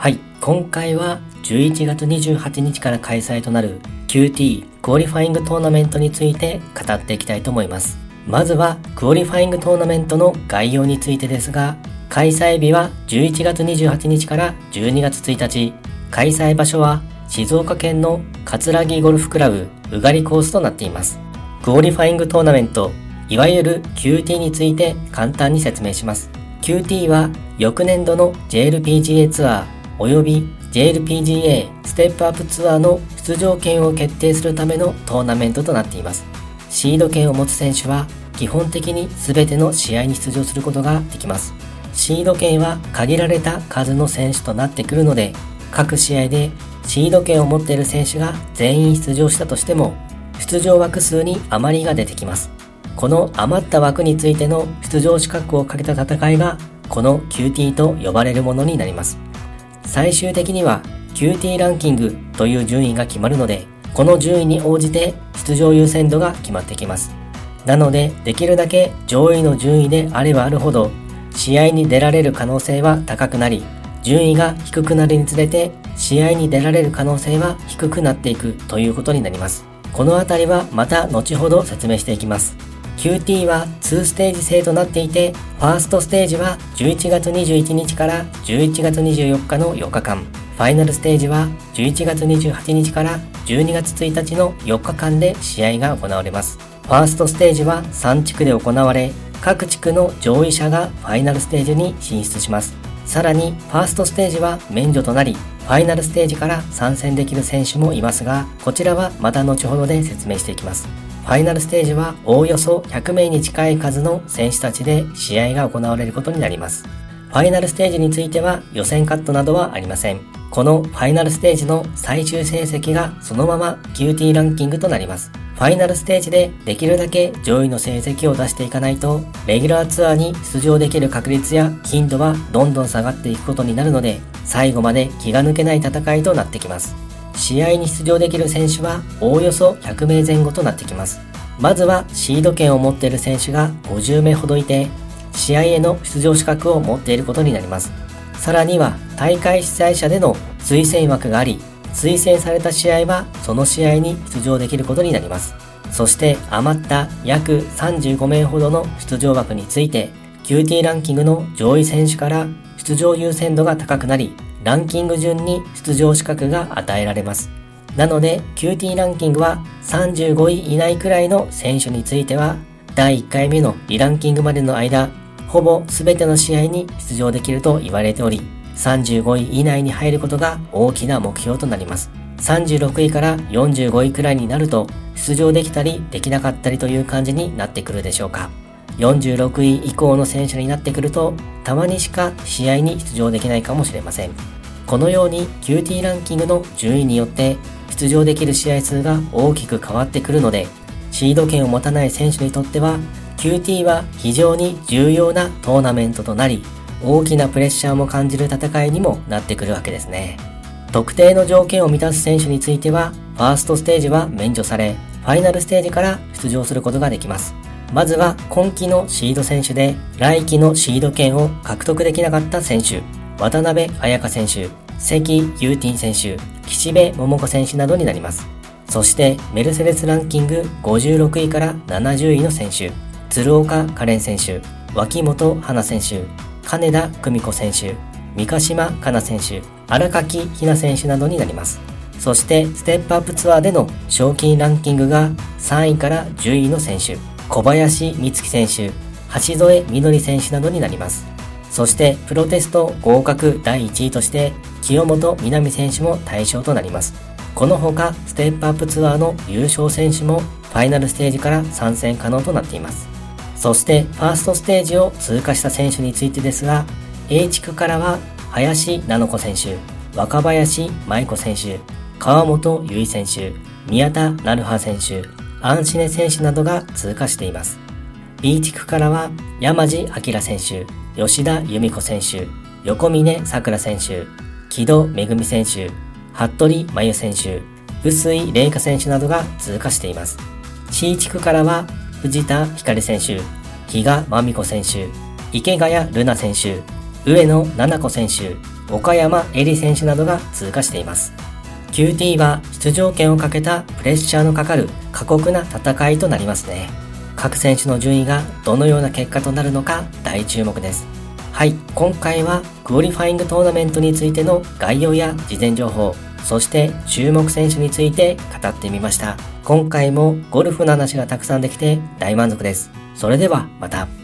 はい、今回は11月28日から開催となる QT クオリファイングトーナメントについて語っていきたいと思います。まずはクオリファイングトーナメントの概要についてですが、開催日は11月28日から12月1日、開催場所は静岡県の葛城ゴルフクラブうがりコースとなっています。クオリファイングトーナメント、いわゆる QT について簡単に説明します。QT は翌年度の JLPGA ツアーおよび JLPGA ステップアップツアーの出場権を決定するためのトーナメントとなっています。シード権を持つ選手は基本的に全ての試合に出場することができます。シード権は限られた数の選手となってくるので、各試合でシード権を持っている選手が全員出場したとしても、出場枠数に余りが出てきます。この余った枠についての出場資格をかけた戦いがこの QT と呼ばれるものになります。最終的には QT ランキングという順位が決まるので、この順位に応じて出場優先度が決まってきます。なので、できるだけ上位の順位であればあるほど、試合に出られる可能性は高くなり、順位が低くなるにつれて、試合に出られる可能性は低くなっていくということになります。このあたりはまた後ほど説明していきます。QT は2ステージ制となっていて、ファーストステージは11月21日から11月24日の4日間、ファイナルステージは11月28日から12月1日の4日間で試合が行われます。ファーストステージは3地区で行われ、各地区の上位者がファイナルステージに進出します。さらにファーストステージは免除となり、ファイナルステージから参戦できる選手もいますが、こちらはまた後ほどで説明していきます。ファイナルステージはおおよそ100名に近い数の選手たちで試合が行われることになります。ファイナルステージについては予選カットなどはありません。このファイナルステージの最終成績がそのまま QT ランキングとなります。ファイナルステージでできるだけ上位の成績を出していかないと、レギュラーツアーに出場できる確率や頻度はどんどん下がっていくことになるので、最後まで気が抜けない戦いとなってきます。試合に出場できる選手はおおよそ100名前後となってきます。まずはシード権を持っている選手が50名ほどいて、試合への出場資格を持っていることになります。さらには大会主催者での推薦枠があり、推薦された試合はその試合に出場できることになります。そして余った約35名ほどの出場枠について、QT ランキングの上位選手から出場優先度が高くなり、ランキング順に出場資格が与えられます。なので QT ランキングは35位以内くらいの選手については、第1回目のリランキングまでの間、ほぼ全ての試合に出場できると言われており、35位以内に入ることが大きな目標となります。36位から45位くらいになると、出場できたりできなかったりという感じになってくるでしょうか。46位以降の選手になってくると、たまにしか試合に出場できないかもしれません。このように QT ランキングの順位によって出場できる試合数が大きく変わってくるので、シード権を持たない選手にとっては QT は非常に重要なトーナメントとなり、大きなプレッシャーも感じる戦いにもなってくるわけですね。特定の条件を満たす選手については、ファーストステージは免除され、ファイナルステージから出場することができます。まずは今季のシード選手で、来季のシード権を獲得できなかった選手、渡辺彩香選手、関ユーティン選手、岸部桃子選手などになります。そしてメルセデスランキング56位から70位の選手、鶴岡果恋選手、脇本花選手、金田久美子選手、三ヶ島かな選手、荒垣ひな選手などになります。そしてステップアップツアーでの賞金ランキングが3位から10位の選手、小林美月選手、橋添みどり選手などになります。そしてプロテスト合格第1位として清本みなみ選手も対象となります。この他ステップアップツアーの優勝選手もファイナルステージから参戦可能となっています。そしてファーストステージを通過した選手についてですが、 A 地区からは林菜乃子選手、若林舞子選手、川本結衣選手、宮田成葉選手、アンシネ選手などが通過しています。 B 地区からは山地明選手、吉田由美子選手、横峯さくら選手、木戸めぐみ選手、服部真由選手、臼井玲香選手などが通過しています。 C 地区からは藤田光選手、比嘉真美子選手、池谷瑠奈選手、上野菜々子選手、 岡山絵里選手などが通過しています。QT は出場権をかけたプレッシャーのかかる過酷な戦いとなりますね。各選手の順位がどのような結果となるのか大注目です。はい、今回はクオリファイングトーナメントについての概要や事前情報、そして注目選手について語ってみました。今回もゴルフの話がたくさんできて大満足です。それではまた。